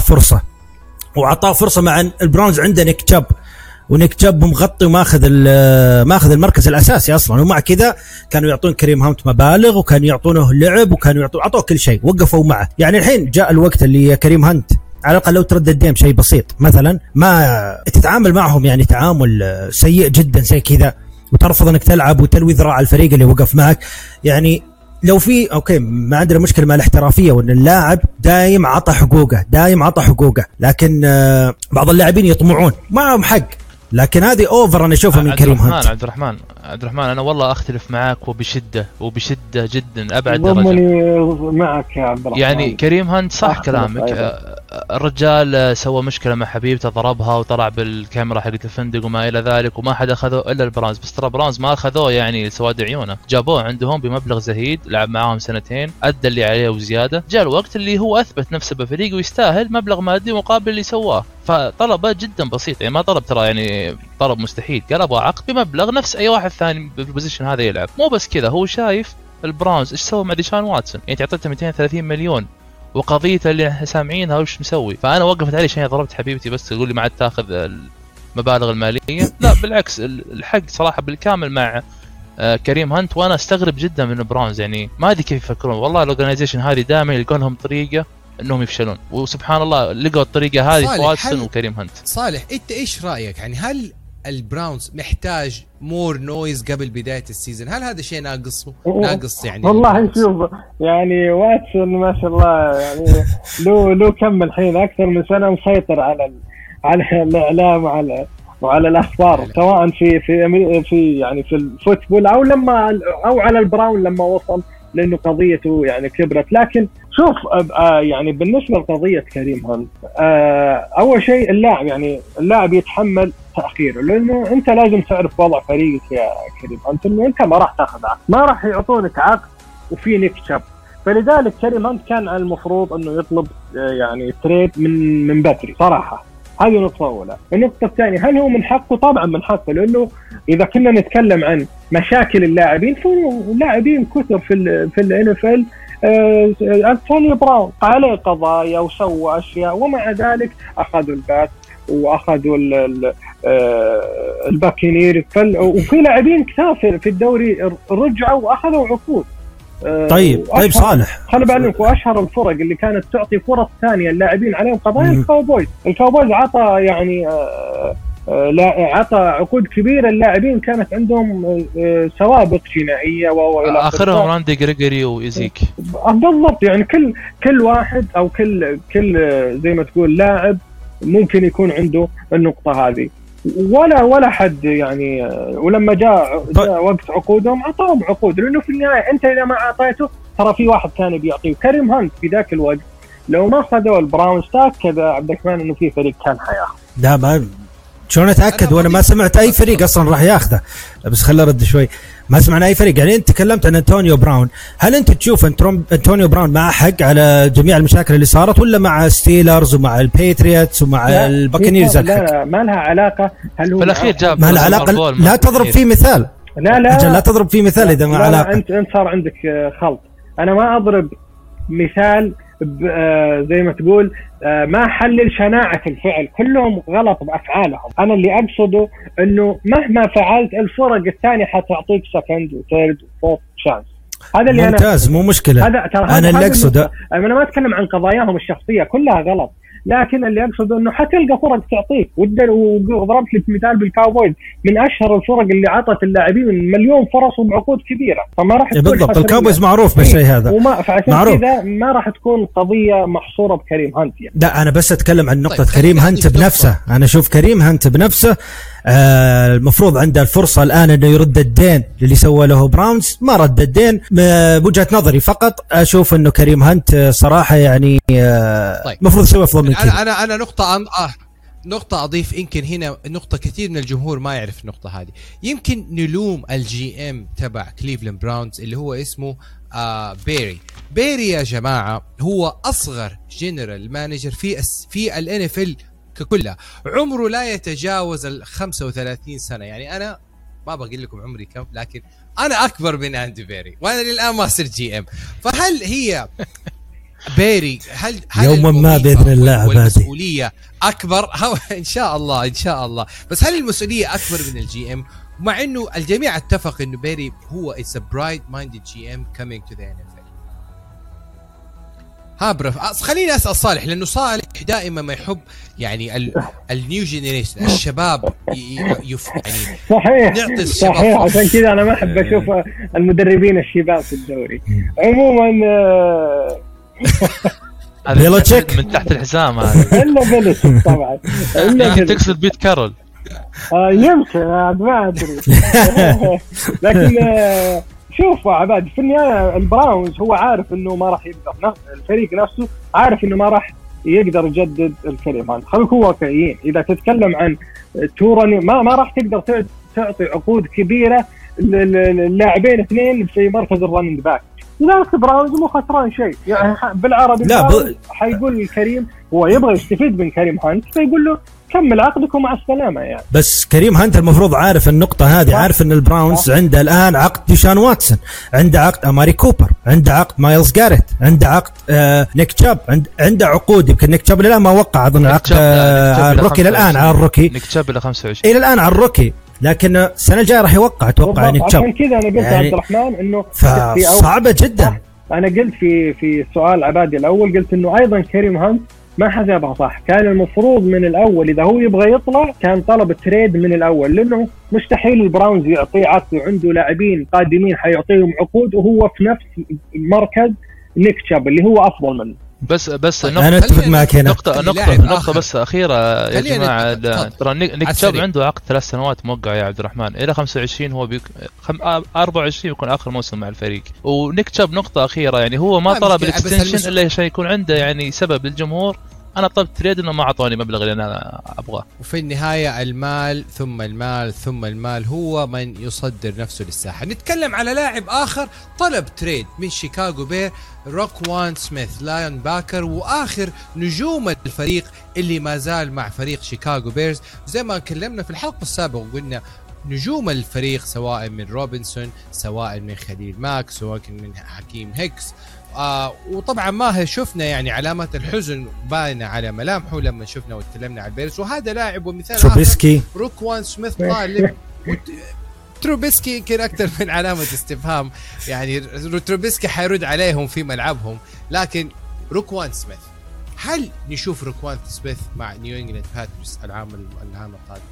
فرصة مع البراونز عنده نيك تشاب، ونيك تشاب مغطي وماخذ المركز الأساسي أصلا، ومع كذا كانوا يعطون كريم هانت مبالغ وكانوا يعطونه لعب وكانوا عطوه كل شيء، وقفوا معه. يعني الحين جاء الوقت اللي كريم هانت على الأقل لو ترد الديم شيء بسيط مثلا، ما تتعامل معهم يعني تعامل سيء جدا زي كذا، وترفض انك تلعب وتلوي ذراع الفريق اللي وقف معك. يعني لو في اوكي ما عندنا مشكله مع الاحترافيه وان اللاعب دايم عطى حقوقه، لكن بعض اللاعبين يطمعون معهم حق، لكن هذه اوفر انا اشوفها من كريم هانت. عبد الرحمن انا والله اختلف معك وبشده جدا ابعد درجه. معك يا عبد الرحمن. يعني كريم هانت صح كلامك، الرجال سوى مشكله مع حبيبته، ضربها وطلع بالكاميرا حقت الفندق وما الى ذلك، وما حد اخذوه الا البرانز. بس ترى برانز ما اخذوه يعني سواد عيونه، جابوه عندهم بمبلغ زهيد، لعب معاهم 2 سنين، ادى اللي عليه وزياده. جاء الوقت اللي هو اثبت نفسه بفريق ويستاهل مبلغ مادي مقابل اللي سواه، فطلبه جدا بسيط. يعني ما طلب ترى يعني طلب مستحيل، قال ابغى عقد بمبلغ نفس اي واحد ثاني بالبوزيشن هذا يلعب. مو بس كذا، هو شايف البراونز ايش سوى مع ديشان واتسون، يعني تعطيته 230 مليون وقضيته اللي سامعينها وش مسوي. فانا وقفت عليه عشان ضربت حبيبتي بس تقول لي ما عاد تاخذ المبالغ الماليه. لا بالعكس، الحق صراحه بالكامل مع كريم هانت. وانا استغرب جدا من براونز، يعني ما ادري كيف يفكرون. والله الاورجنايزيشن هذه دائما يلقون لهم طريقه انهم يفشلون، وسبحان الله لقوا الطريقه هذه في واتسون وكريم هانت. صالح انت ايش رايك؟ يعني هل البراونز محتاج مور نويز قبل بدايه السيزون؟ هل هذا شيء ناقص يعني؟ والله شوف يعني واتسون ما شاء الله يعني له كم الحين اكثر من سنه مسيطر على الاعلام وعلى الاخبار، سواء في يعني في الفوتبول او على البراون لما وصل، لانه قضيته يعني كبرت. لكن شوف يعني بالنسبه لقضيه كريم هانت، اول شيء اللاعب يتحمل تاخيره، لانه انت لازم تعرف وضع فريقك يا كريم هانت، انه انت ما راح تاخذ عقد، ما راح يعطونك عقد وفي نيك تشاب. فلذلك كريم هانت كان المفروض انه يطلب يعني تريد من بدري صراحه. هذه نقطة أولى. النقطة الثانية، هل هو من حقه؟ طبعا من حقه، لأنه إذا كنا نتكلم عن مشاكل اللاعبين، فاللاعبين كثر في NFL. أنتوني براون عليه قضايا وسوى أشياء، ومع ذلك أخذوا البات وأخذوا الباكينير، وفي لاعبين كثير في الدوري رجعوا وأخذوا عقود. طيب صالح، خلي بالك، واشهر الفرق اللي كانت تعطي فرص ثانيه اللاعبين عليهم قضايا الكاوبويز عطى يعني عطى عقود كبيره اللاعبين كانت عندهم سوابق جنائيه والى اخرهم راندي غريغوري وايزيك. بالضبط، يعني كل واحد او كل زي ما تقول لاعب ممكن يكون عنده النقطه هذه، ولا حد يعني. ولما جاء وقت عقودهم عطاهم عقود، لانه في النهايه انت اذا ما اعطيته ترى في واحد ثاني بيعطيه. كريم هانت في ذاك الوقت لو ما اخذوا البراونز تاكد عبد الرحمن انه في فريق كان حياخذ. لا ما شلون اتاكد وانا ما سمعت اي فريق اصلا راح ياخذه. بس خلينا نرد شوي، ما سمعنا اي فريق. يعني انت تكلمت عن أنتونيو براون، هل انت تشوف أنتونيو براون مع حق على جميع المشاكل اللي صارت، ولا مع ستيلرز ومع البيتريتس ومع الباكنيرز؟ لا ما لها علاقه. هل هو في الاخير جاب ما لها علاقه، لا تضرب فيه مثال. لا تضرب في مثال اذا ما علاقه. انت صار عندك خلط. انا ما اضرب مثال زي ما تقول ما حلل شناعة الفعل، كلهم غلط بأفعالهم. أنا اللي أقصده إنه مهما فعلت الفرق الثانية حتعطيك سكند وثيرد وفورث شانس. هذا اللي ممتاز، مو مشكلة. أنا اللي أقصده، أنا ما أتكلم عن قضاياهم الشخصية كلها غلط، لكن اللي أقصده إنه حتلقى فرق تعطيك. وضربت لك مثال بالكاوبويز، من أشهر الفرق اللي عطت اللاعبين مليون فرص وبعقود كبيرة، فما راح تكون بالضبط. الكاوبويز معروف بالشيء هذا، فعشان كذا ما راح تكون قضية محصورة بكريم هانت يعني. لا أنا بس أتكلم عن نقطة كريم هانت بنفسه. أنا أشوف كريم هانت بنفسه المفروض عنده الفرصة الآن إنه يرد الدين اللي سوى له براونز، ما رد الدين. بوجهة نظري فقط أشوف إنه كريم هانت صراحة يعني المفروض يسوي أفضل من كذا. أنا نقطة أضيف. يمكن هنا نقطة كثير من الجمهور ما يعرف النقطة هذه. يمكن نلوم الجي ام تبع كليفلاند براونز اللي هو اسمه بيري يا جماعة، هو أصغر جنرال مانجر في ال NFL ككلها، عمره لا يتجاوز 35 سنة. يعني أنا ما بقول لكم عمري كم، لكن أنا أكبر من أندي بيري وأنا للآن ما صرت جي ام. فهل هي بيري هل يوما ما بإذن الله والمسؤولية أكبر؟ إن شاء الله. بس هل المسؤولية أكبر من الجي ام؟ مع إنه الجميع اتفق إنه بيري هو it's a bright-minded GM coming to the NFL. خليني أسأل صالح، لأنه صالح دائما ما يحب يعني النيو جينيريشن، الشباب يعني صحيح صحيح. عشان كذا أنا ما أحب أشوف المدربين الشباب في الدوري عموما. بيلوتشيك من تحت الحزام هذا إلا بيلوتشيك طبعا. يمكن تقصد بيت كارول. يمكن ما أدري. لكن شوفوا عباد، في النهاية البراونز هو عارف إنه ما راح يقدر، الفريق نفسه عارف إنه ما راح يقدر يجدد الكريم هانت. خليكم واقعيين، إذا تتكلم عن توراني ما راح تقدر تعطي عقود كبيرة للاعبين اثنين في مركز الرننج باك. لذلك براونز مو خسران شيء يعني بالعربي. حيقول الكريم هو يبغى يستفيد من كريم هانت، فيقول له كمل عقدكم مع السلامة يعني. بس كريم هانت المفروض عارف النقطة هذه، عارف ان البراونز عنده الآن عقد ديشان واتسون، عنده عقد أماري كوبر، عنده عقد مايلز جاريت، عنده عقد نيك تشاب، عنده عقود. يمكن نيك تشاب الآن ما وقع أظن عقد الروكي الآن على الروكي، نيك تشاب إلى 25 إلى الآن على الروكي، لكن السنة الجاية راح يوقع أتوقع نيك تشاب. عشان كذا أنا قلت يعني عبد الرحمن إنه صعبة جدا. أنا قلت في سؤال عبادي الأول، قلت إنه أيضا كريم هانت ما حسبها صح. كان المفروض من الأول إذا هو يبغى يطلع كان طلب تريد من الأول، لأنه مستحيل البراونز يعطيه عقد وعنده لاعبين قادمين حيعطيهم عقود وهو في نفس مركز نيك تشاب اللي هو أفضل منه. بس أنا أتفق معك هنا. نقطة بس أخيرة يا جماعة. ترى نيك تشاب عنده عقد 3 سنوات موقع يا عبد الرحمن إلى 25، هو 24 يكون آخر موسم مع الفريق. ونيك تشاب نقطة أخيرة، يعني هو ما طلب الاكستنشن إلا عشان يكون عنده يعني سبب للجمهور. أنا طلبت تريد إنه ما أعطوني مبلغ اللي أنا أبغاه. وفي النهاية المال ثم المال ثم المال هو من يصدر نفسه للساحة. نتكلم على لاعب آخر طلب تريد من شيكاغو بير، روكوان سميث لاين باكر، وآخر نجوم الفريق اللي ما زال مع فريق شيكاغو بيرز. زي ما كلمنا في الحلقة السابقة وقلنا نجوم الفريق سواء من روبنسون، سواء من خليل ماك، سواء من حكيم هيكس. وطبعا ما شفنا يعني علامات الحزن باينة على ملامحه لما شفنا واتكلمنا على البيرز. وهذا لاعب ومثال تروبيسكي، روكوان سميث طالب تروبيسكي يمكن أكثر من علامة استفهام، يعني تروبيسكي حيرد عليهم في ملعبهم. لكن روكوان سميث، هل نشوف روكوان سميث مع نيو إنجلاند باتريوتس العام القادم؟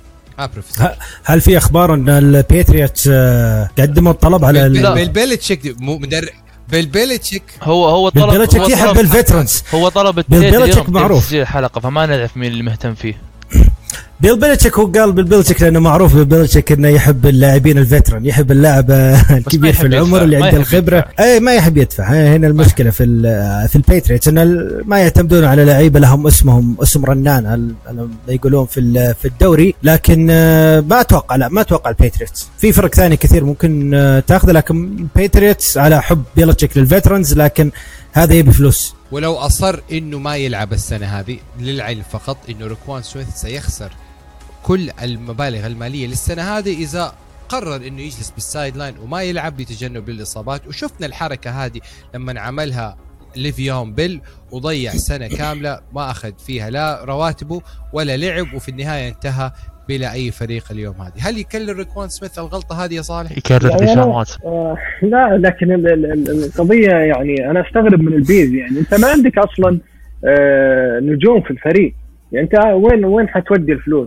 هل في أخبار أن الباتريوتس قدموا الطلب على بيلتشيك مدرب بيلبيلتشيك؟ هو طلب بيلبيلتشيك يحب الفيترنز. هو طلب بيلبيلتشيك معروف تسجيل الحلقة، فما نعرف مين اللي مهتم فيه. بيلبيلتشيك هو قال بيلبيلتشيك لأنه معروف بيلبيلتشيك إنه يحب اللاعبين الفيترن، يحب اللاعب الكبير في العمر اللي عنده الخبرة. أي ما يحب يدفع. هنا المشكلة في الباتريوتس إنه ما يعتمدون على لعيبة لهم اسم رنان يقولون في الدوري. لكن ما أتوقع الباتريوتس. في فرق ثاني كثير ممكن تأخذ، لكن الباتريوتس على حب بيلبيلتشيك للفيترنز، لكن هذا يبي فلوس. ولو أصر إنه ما يلعب السنة هذه للعلم فقط إنه روكوان سميث سيخسر كل المبالغ المالية للسنة هذه إذا فقرر انه يجلس بالسايد لاين وما يلعب لتجنب الاصابات. وشفنا الحركه هذه لما عملها ليفيون بيل وضيع سنه كامله ما اخذ فيها لا رواتبه ولا لعب، وفي النهايه انتهى بلا اي فريق اليوم. هذه هل يكرر ريكوان سميث الغلطه هذه يا صالح؟ يكرر ديشان لا، لكن القضيه يعني انا استغرب من البيز. يعني انت ما عندك اصلا نجوم في الفريق، يعني انت وين حتودي الفلوس؟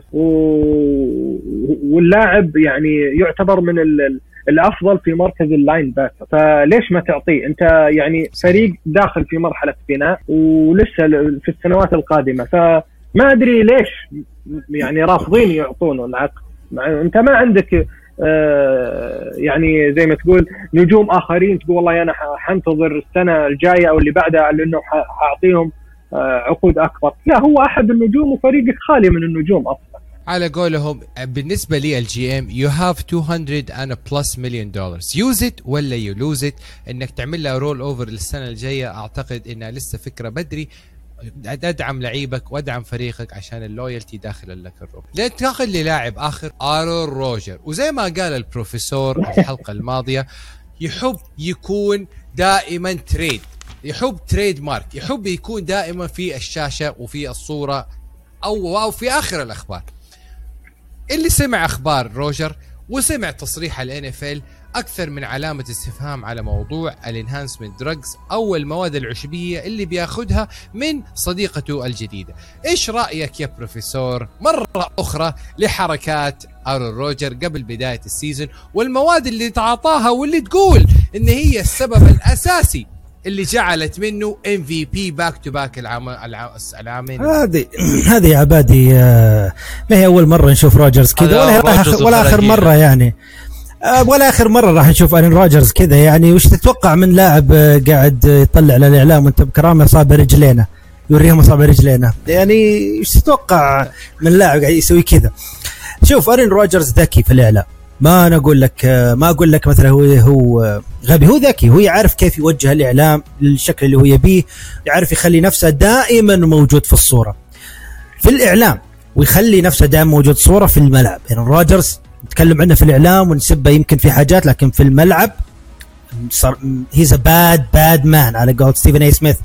واللاعب يعني يعتبر من الافضل في مركز اللاين باك، فليش ما تعطيه؟ انت يعني فريق داخل في مرحله بناء ولسه في السنوات القادمه، فما ادري ليش يعني رافضين يعطونه العقد. انت ما عندك يعني زي ما تقول نجوم اخرين تقول والله انا حنتظر السنه الجايه او اللي بعدها لانه حاعطيهم عقود اكبر. لا، هو احد النجوم وفريقك خالي من النجوم اصلا. على قولهم بالنسبه لي الجي ام you have 200+ million dollars use it ولا you lose it. انك تعمل له رول اوفر للسنه الجايه اعتقد انها لسه فكره بدري. ادعم لعيبك وادعم فريقك عشان اللويالتي داخل لك الروب. لا تاخذ لي لاعب اخر آرون روجر، وزي ما قال البروفيسور الحلقه الماضيه يحب يكون دائما تريد، يحب تريد مارك، يحب يكون دائما في الشاشه وفي الصوره او في اخر الاخبار. اللي سمع اخبار روجر وسمع تصريح الNFL اكثر من علامه استفهام على موضوع الانهانسمنت دراجز او المواد العشبيه اللي بياخذها من صديقته الجديده. ايش رايك يا بروفيسور مره اخرى لحركات آرون روجر قبل بدايه السيزون والمواد اللي تعاطاها واللي تقول ان هي السبب الاساسي اللي جعلت منه MVP باك تو باك العامين؟ هذه يا عبادي ما هي اول مره نشوف روجرز كذا ولا اخر مره يعني ولا آخر مرة راح نشوف آرون روجرز كذا. يعني وش تتوقع من لاعب قاعد يطلع للإعلام وانت بكرامة أصابع رجلينا يوريهم أصابع رجلينا؟ يعني وش تتوقع من لاعب قاعد يسوي كذا؟ شوف آرون روجرز ذكي في الإعلام، ما أقول لك مثلا هو غبي، هو ذكي، هو يعرف كيف يوجه الإعلام للشكل اللي هو يبيه، يعرف يخلي نفسه دائما موجود في الصورة في الإعلام ويخلي نفسه دائما موجود صورة في الملعب. يعني روجرز نتكلم عنه في الإعلام ونسبه يمكن في حاجات، لكن في الملعب he's a bad man على قول ستيفن اي سميث.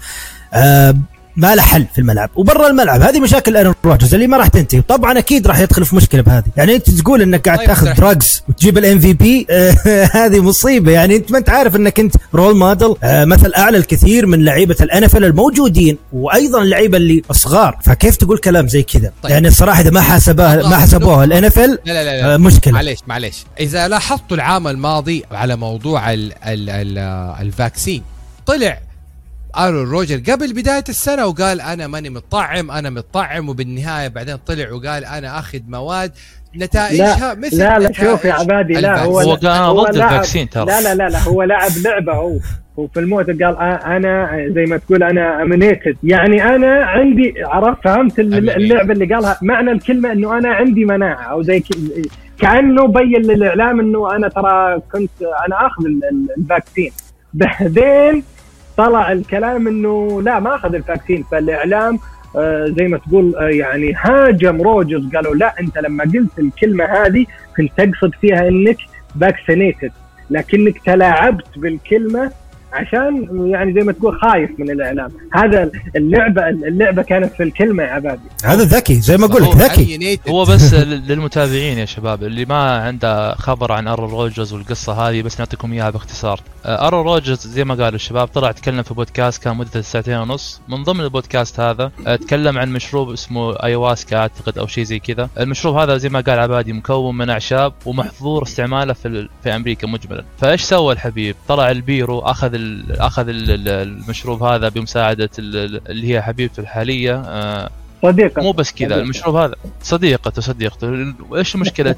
ما له حل في الملعب وبرا الملعب. هذه مشاكل آرون روجرز اللي ما راح تنتهي. طبعا اكيد راح يدخل في مشكله بهذه. يعني انت تقول انك قاعد تاخذ دراجز وتجيب الMVP هذه مصيبه. يعني انت ما انت عارف انك انت رول موديل مثل اعلى الكثير من لعيبه الNFL الموجودين وايضا اللعيبه اللي صغار، فكيف تقول كلام زي كذا؟ طيب. يعني الصراحه اذا ما حسبوها الNFL لا مشكله. معليش اذا لاحظتوا العام الماضي على موضوع الفاكسين طلع آرون روجر قبل بداية السنة وقال أنا ماني متطعم وبالنهاية بعدين طلع وقال أنا أخذ مواد نتائجها مثل لا شوف يا عبادي، لا هو ضد الفاكسين ترى. لا هو لاعب لعبة. هو في الموت قال أنا زي ما تقول أنا أمنيتد، يعني أنا عندي فهمت اللعبة اللي قالها. معنى الكلمة إنه أنا عندي مناعة أو زي كأنه بين للإعلام إنه أنا ترى كنت أنا أخذ الفاكسين. بعدين طلع الكلام انه لا ما اخذ الفاكسين، فالاعلام زي ما تقول يعني هاجم روجرز. قالوا لا انت لما قلت الكلمه هذه كنت تقصد فيها انك فاكسينيتد، لكنك تلاعبت بالكلمه عشان يعني زي ما تقول خايف من الاعلام. هذا اللعبه كانت في الكلمه يا عبادي. هذا ذكي زي ما قلت ذكي. هو بس للمتابعين يا شباب اللي ما عنده خبر عن آرون روجرز والقصه هذه بس نعطيكم اياها باختصار. آرون روجرز زي ما قالوا الشباب طلع تكلم في بودكاست كان مدته 2.5 ساعات. من ضمن البودكاست هذا تكلم عن مشروب اسمه ايواسكا اعتقد او شيء زي كذا. المشروب هذا زي ما قال عبادي مكون من اعشاب ومحظور استعماله في امريكا مجملا. فايش سوى الحبيب؟ طلع البيرو اخذ المشروب هذا بمساعده اللي هي حبيبته الحاليه صديقة. مو بس كذا المشروب هذا صديقته. ايش مشكله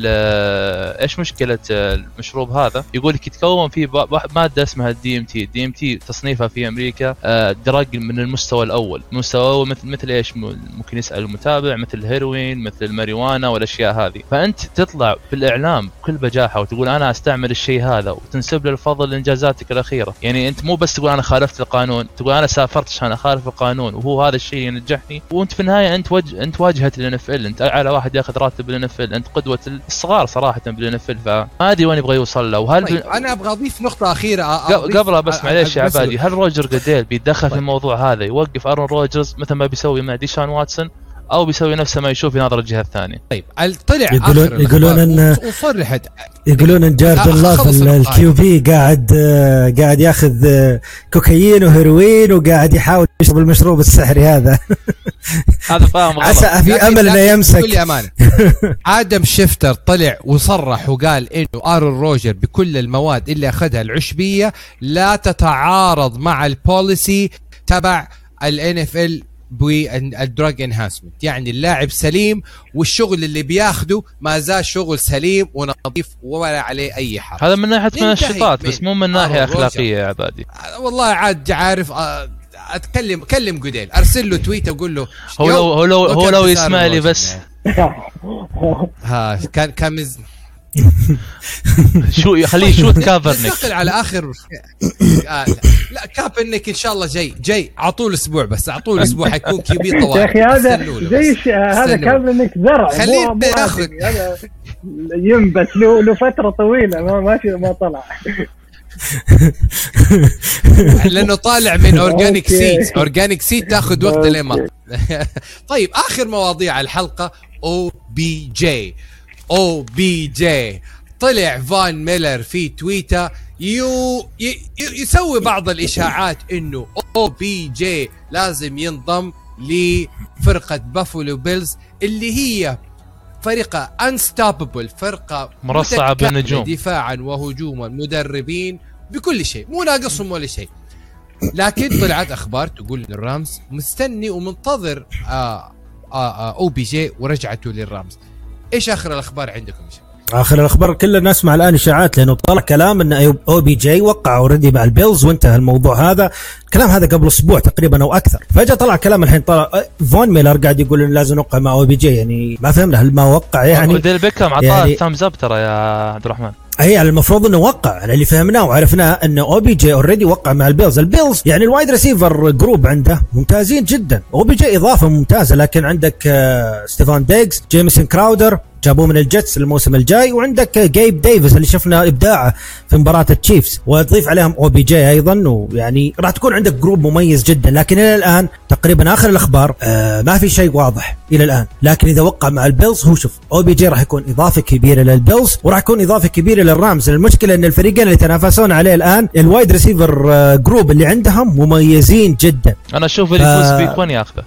المشروب هذا؟ يقول لك يتكون فيه ماده اسمها DMT تصنيفها في امريكا دراج من المستوى الاول. مثل ايش ممكن يسال المتابع؟ مثل الهيروين، مثل الماريوانا والاشياء هذه. فانت تطلع في الاعلام بكل بجاحه وتقول انا استعمل الشيء هذا وتنسب له الفضل لانجازاتك الاخيره. يعني انت مو بس تقول انا خالفت القانون، تقول انا سافرت عشان اخالف القانون وهو هذا الشيء ينجحني، وانت انت في النهايه انت واجهه الNFL، انت اعلى واحد ياخذ راتب الNFL، انت قدوه الصغار صراحه بالNFL، فما ادري وين يبغى يوصل له. وهل طيب انا ابغى اضيف نقطه اخيره قبلها بس معليش يا عبادي، هل روجر جوديل بيتدخل في الموضوع هذا يوقف ارون روجرز مثل ما بيسوي مع ديشان واتسون، او بيسوي نفسه ما يشوف يناظر الجهه الثانيه؟ طيب طلع يقولون ان وصرحت يقولون ان جاردن لاف الQB قاعد ياخذ كوكايين وهيروين وقاعد يحاول يشرب المشروب السحري هذا. هذا فاهم غلط. عسى في امل انه يمسك. بكل امانه ادم شيفتر طلع وصرح وقال انه ارون روجر بكل المواد اللي اخذها العشبيه لا تتعارض مع البوليسي تبع الNFL بالدراج انهانسمنت، يعني اللاعب سليم والشغل اللي بياخده ما زال شغل سليم ونظيف ولا عليه اي حرج. هذا من ناحيه منشطات بس مو من ناحيه اخلاقيه يا عبادي. والله عاد عارف كلم جوديل، ارسل له تويت اقول له هو لو يسمع لي بس ها كان شو خليه يشوت كافرنيك. ننتقل على اخر لا كابرنيك ان شاء الله جاي اعطوه اسبوع بس، اعطوه الاسبوع حيكون كيبي طوال يا اخي. هذا زي هذا كابرنيك زرع، خليه ناخذ ينبت له فتره طويله ما طلع لانه طالع من اورجانيك سيد تاخذ وقت لما طيب اخر مواضيع الحلقه OBJ طلع فان ميلر في تويتر يسوي بعض الاشاعات انه OBJ لازم ينضم لفرقه بافلو بيلز اللي هي فرقه انستوببل، فرقه مرصعه بالنجوم دفاعا وهجوما، مدربين بكل شيء، مو ناقصهم ولا شيء. لكن طلعت اخبار تقول ان الرامز مستني ومنتظر OBJ ورجعته للرامز. ايش اخر الاخبار عندكم؟ اخر الاخبار كلنا نسمع الان اشاعات، لانه طلع كلام ان OBJ وقع اوريدي مع البيلز وانتهى الموضوع هذا. الكلام هذا قبل اسبوع تقريبا او اكثر، فجاه طلع كلام الحين طلع فون ميلر قاعد يقول انه لازم نوقع مع OBJ. يعني ما فهمنا هل ما وقع يعني وديل بيكهام عطاه يعني ثامز اب ترى يا عبد الرحمن. هي المفروض انه وقع، على اللي فهمناه وعرفناه انه OBJ اوريدي وقع مع البيلز يعني الوايد ريسيفر جروب عنده ممتازين جدا. OBJ اضافه ممتازه، لكن عندك ستيفان ديجز، جيمسون كراودر جابوه من الجيتس الموسم الجاي، وعندك جايب ديفيس اللي شفنا ابداعه في مباراه التشيفز، وتضيف عليهم OBJ ايضا، ويعني راح تكون عندك جروب مميز جدا. لكن الى الان تقريبا اخر الاخبار ما في شيء واضح الى الان. لكن اذا وقع مع البيلز هو شوف OBJ راح يكون اضافه كبيره للبيلز وراح يكون اضافه كبيره للرامز. المشكله ان الفريقين اللي يتنافسون عليه الان الوايد ريسيفر جروب اللي عندهم مميزين جدا. انا اشوف اللي يفوز بيك 1 ياخذه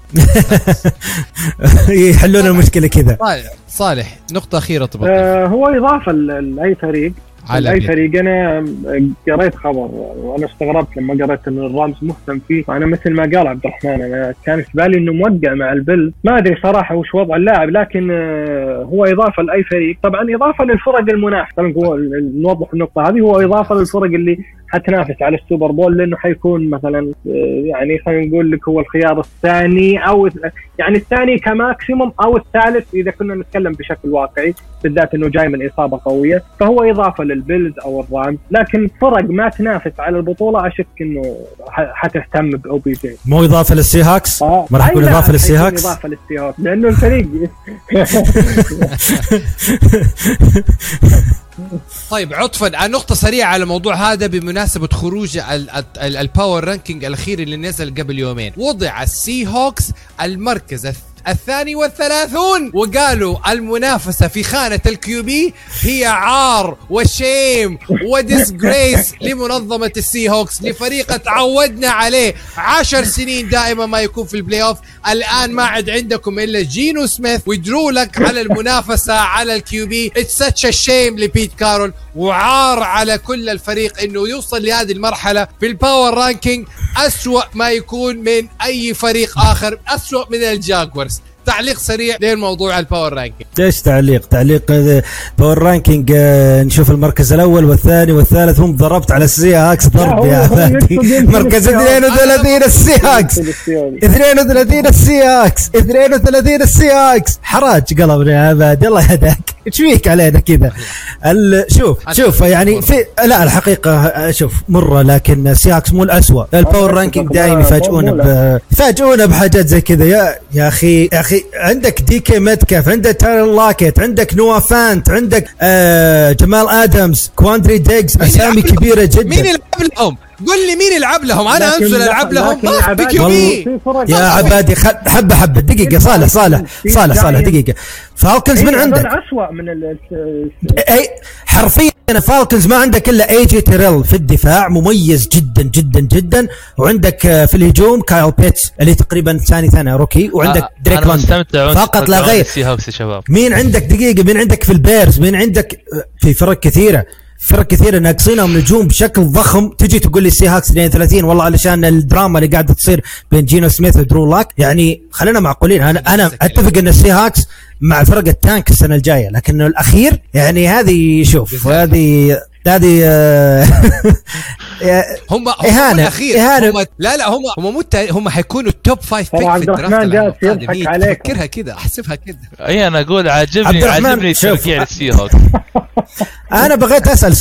يحلون المشكله كذا. صالح نقطة أخيرة طبعا. هو إضافة لأي فريق أنا قريت خبر وأنا استغربت لما قريت إنه الرامز مهتم فيه. وأنا مثل ما قال عبد الرحمن أنا كان في بالي إنه موقع مع البيلز، ما أدري صراحة وش وضع اللاعب، لكن هو إضافة لأي فريق. طبعا إضافة للفرق المنافسة، نوضح النقطة هذه، هو إضافة للفرق اللي حتنافس على السوبر بول، لأنه حيكون مثلا يعني خلينا نقول لك هو الخيار الثاني أو يعني الثاني كماكسيموم أو الثالث إذا كنا نتكلم بشكل واقعي، بالذات إنه جاي من إصابة قوية. فهو إضافة للبيلز أو الرامز، لكن فرق ما تنافس على البطولة أشك إنه حتهتم بOBJ. مو إضافة للسي هاكس؟ ما راح يكون إضافة للسي هاكس؟ إضافة للسي هاكس لأنه الفريق طيب عطفا نقطة سريعة على الموضوع هذا بمناسبة خروج الباور رانكينج الأخير اللي نزل قبل يومين. وضع السي هوكس المركز 32 وقالوا المنافسة في خانة الكيوبي هي عار وشيم وديسجريس لمنظمة السي هوكس، لفريق تعودنا عليه 10 سنين دائما ما يكون في البلاي اوف. الآن ما عاد عندكم إلا جينو سميث ويدرو لك على المنافسة على الكيوبي. It's such a shame لبيت كارول، وعار على كل الفريق إنه يوصل لهذه المرحلة في الباور رانكينج. أسوأ ما يكون من أي فريق آخر، أسوأ من الجاكورز. تعليق سريع للموضوع الباور رانكينج. ليش تعليق باور رانكينج؟ نشوف المركز الاول والثاني والثالث، هم ضربت على السي هاكس ضرب يا عبادي. مركز 32 السي هاكس، 32 السي هاكس، 32 السي هاكس، حراج قلبنا يا عبادي الله يهداك. ايش فيك علينا كذا؟ شوف يعني في لا الحقيقه شوف مره، لكن سياكس مو الأسوأ. الباور رانكينج دايم يفاجئونا بحاجات زي كذا. يا اخي عندك دي كي ميتكاف، عندك تايلر لاكيت، عندك نوا فانت، عندك جمال ادمز، كواندري ديجز، اسامي كبيره جدا. مين يلعب لهم؟ قل لي مين يلعب لهم، انا انزل العب لهم. يا عبادي حبه دقيقه. صالح دقيقه. فالكنز من عندك أسوأ من اي حرفيا. فالكنز ما عندك الا اي جي تيريل في الدفاع مميز جدا جدا جدا، وعندك في الهجوم كايل بيتس اللي تقريبا ثاني روكي، وعندك دريك لاند فقط لا غير. مين عندك دقيقه؟ مين عندك في البيرز؟ مين عندك في فرق كثيره ناقصينهم نجوم بشكل ضخم. تجي تقول لي السي هاكس 32 والله علشان الدراما اللي قاعده تصير بين جينو سميث ودرو لاك. يعني خلينا معقولين. انا اتفق ان السي هاكس مع فرق التانك السنه الجايه، لكن الاخير يعني هذه شوف هذه هم إهانة. لا هم حيكونوا التوب 5 بيك في الدرافت. فكرها كده، احسبها كده. اي انا اقول عاجبني تشجيع السي هوك. انا بغيت اسال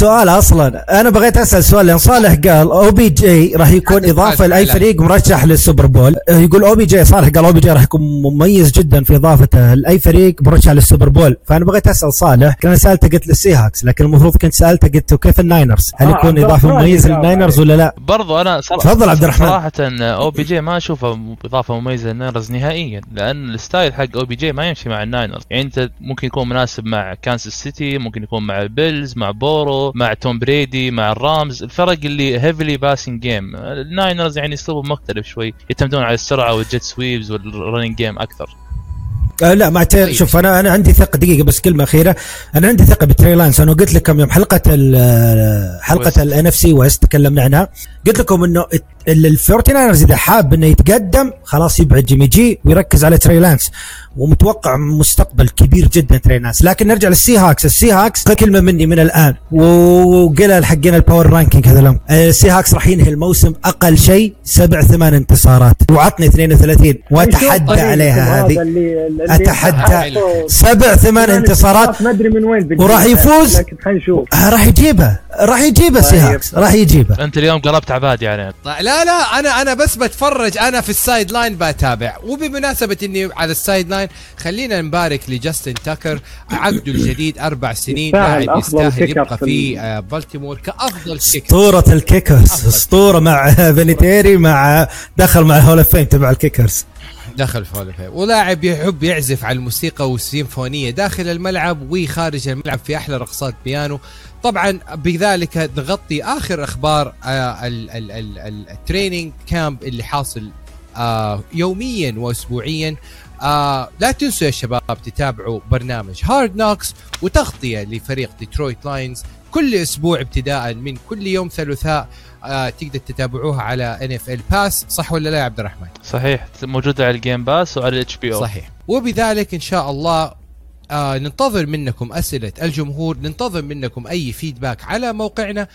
سؤال لان صالح قال او بي جي راح يكون اضافه لاي فريق مرشح للسوبر بول. يقول او بي جي، صالح قال او بي جي راح يكون مميز جدا في اضافته لاي فريق مرشح للسوبر بول. فانا بغيت اسال صالح، كان سالته قلت للسي هاكس، لكن المفروض كنت سالته قلت كيف الناينرز، هل يكون اضافه مميزه للناينرز ولا لا؟ برضو انا تفضل عبد الرحمن. صراحه او بي جي ما اشوفه اضافه مميزه للناينرز نهائيا، لان الستايل حق او بي جي ما يمشي مع الناينرز. يعني انت ممكن يكون مناسب مع كانساس سيتي، ممكن يكون مع بيلز، مع بورو، مع توم بريدي، مع الرامز، الفرق اللي هيفلي باسنج جيم. الناينرز يعني اسلوبهم مختلف شوي، يعتمدون على السرعه والجيت سويبز والرننج جيم اكثر. لا مع شوف انا عندي ثقه. دقيقه بس كلمه اخيره. انا عندي ثقه بتري لانس. انا قلت لكم يوم حلقه الان اف سي ويست تكلمنا عنها، قلت لكم انه الفورتينايرز اذا حاب انه يتقدم خلاص يبعد جيمي جي ويركز على تري لانس، ومتوقع مستقبل كبير جدا تري لانس. لكن نرجع للسي هاكس كلمه مني من الان وقلها حقين الباور رانكينج هذا اليوم. السي هاكس راح ينهي الموسم اقل شيء 7-8 انتصارات، وعطني 32 واتحدى عليها. هذه اتحدى 7-8 انتصارات ما ادري من وين وراح يفوز. راح يجيبها سي هاكس، راح يجيبها. انت اليوم قلبت عبادي عليه. لا انا بس بتفرج، انا في السايد لاين بتابع. وبمناسبه اني على السايد لاين، خلينا نبارك لجاستن تاكر عقده الجديد 4 سنين، لاعب يستاهل يبقى في بالتيمور كافضل كيكر. اسطوره الكيكرز، اسطوره مع فينيتيري، مع دخل مع الهول اوف فيم تبع الكيكرز، دخل في هولفين. ولاعب يحب يعزف على الموسيقى والسيمفونية داخل الملعب وخارج الملعب في أحلى رقصات بيانو. طبعا بذلك نغطي آخر أخبار التريننج كامب اللي حاصل يوميا وأسبوعيا. لا تنسوا يا شباب تتابعوا برنامج هارد نوكس وتغطية لفريق ديترويت لاينز كل أسبوع ابتداء من كل يوم ثلاثاء. تقدر تتابعوها على NFL باس، صح ولا لا يا عبد الرحمن؟ صحيح، موجودة على الجيم باس وعلى HBO. صحيح. وبذلك إن شاء الله ننتظر منكم أسئلة الجمهور، ننتظر منكم أي فيدباك على موقعنا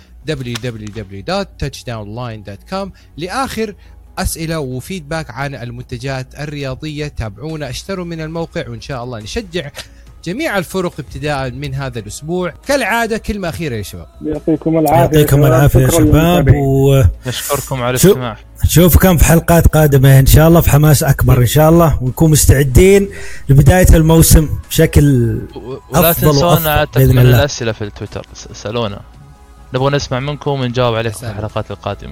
www.touchdownline.com لآخر أسئلة وفيدباك عن المنتجات الرياضية. تابعونا، اشتروا من الموقع، وإن شاء الله نشجع جميع الفرق ابتداء من هذا الأسبوع. كالعادة كلمة أخيرة يا شباب. يعطيكم العافية يا شباب، ونشكركم على الاستماع. نشوفكم في حلقات قادمة إن شاء الله في حماس أكبر إن شاء الله، ونكون مستعدين لبداية الموسم بشكل ولا أفضل تنسونا تكمل الأسئلة في التويتر، اسألونا، نبغى نسمع منكم ونجاوب عليها في الحلقات القادمة.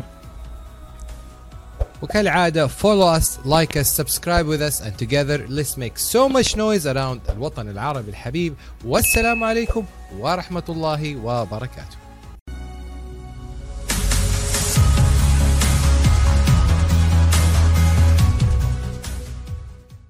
وكالعادة follow us, like us, subscribe with us, and together let's make so much noise around الوطن العربي الحبيب. والسلام عليكم ورحمة الله وبركاته.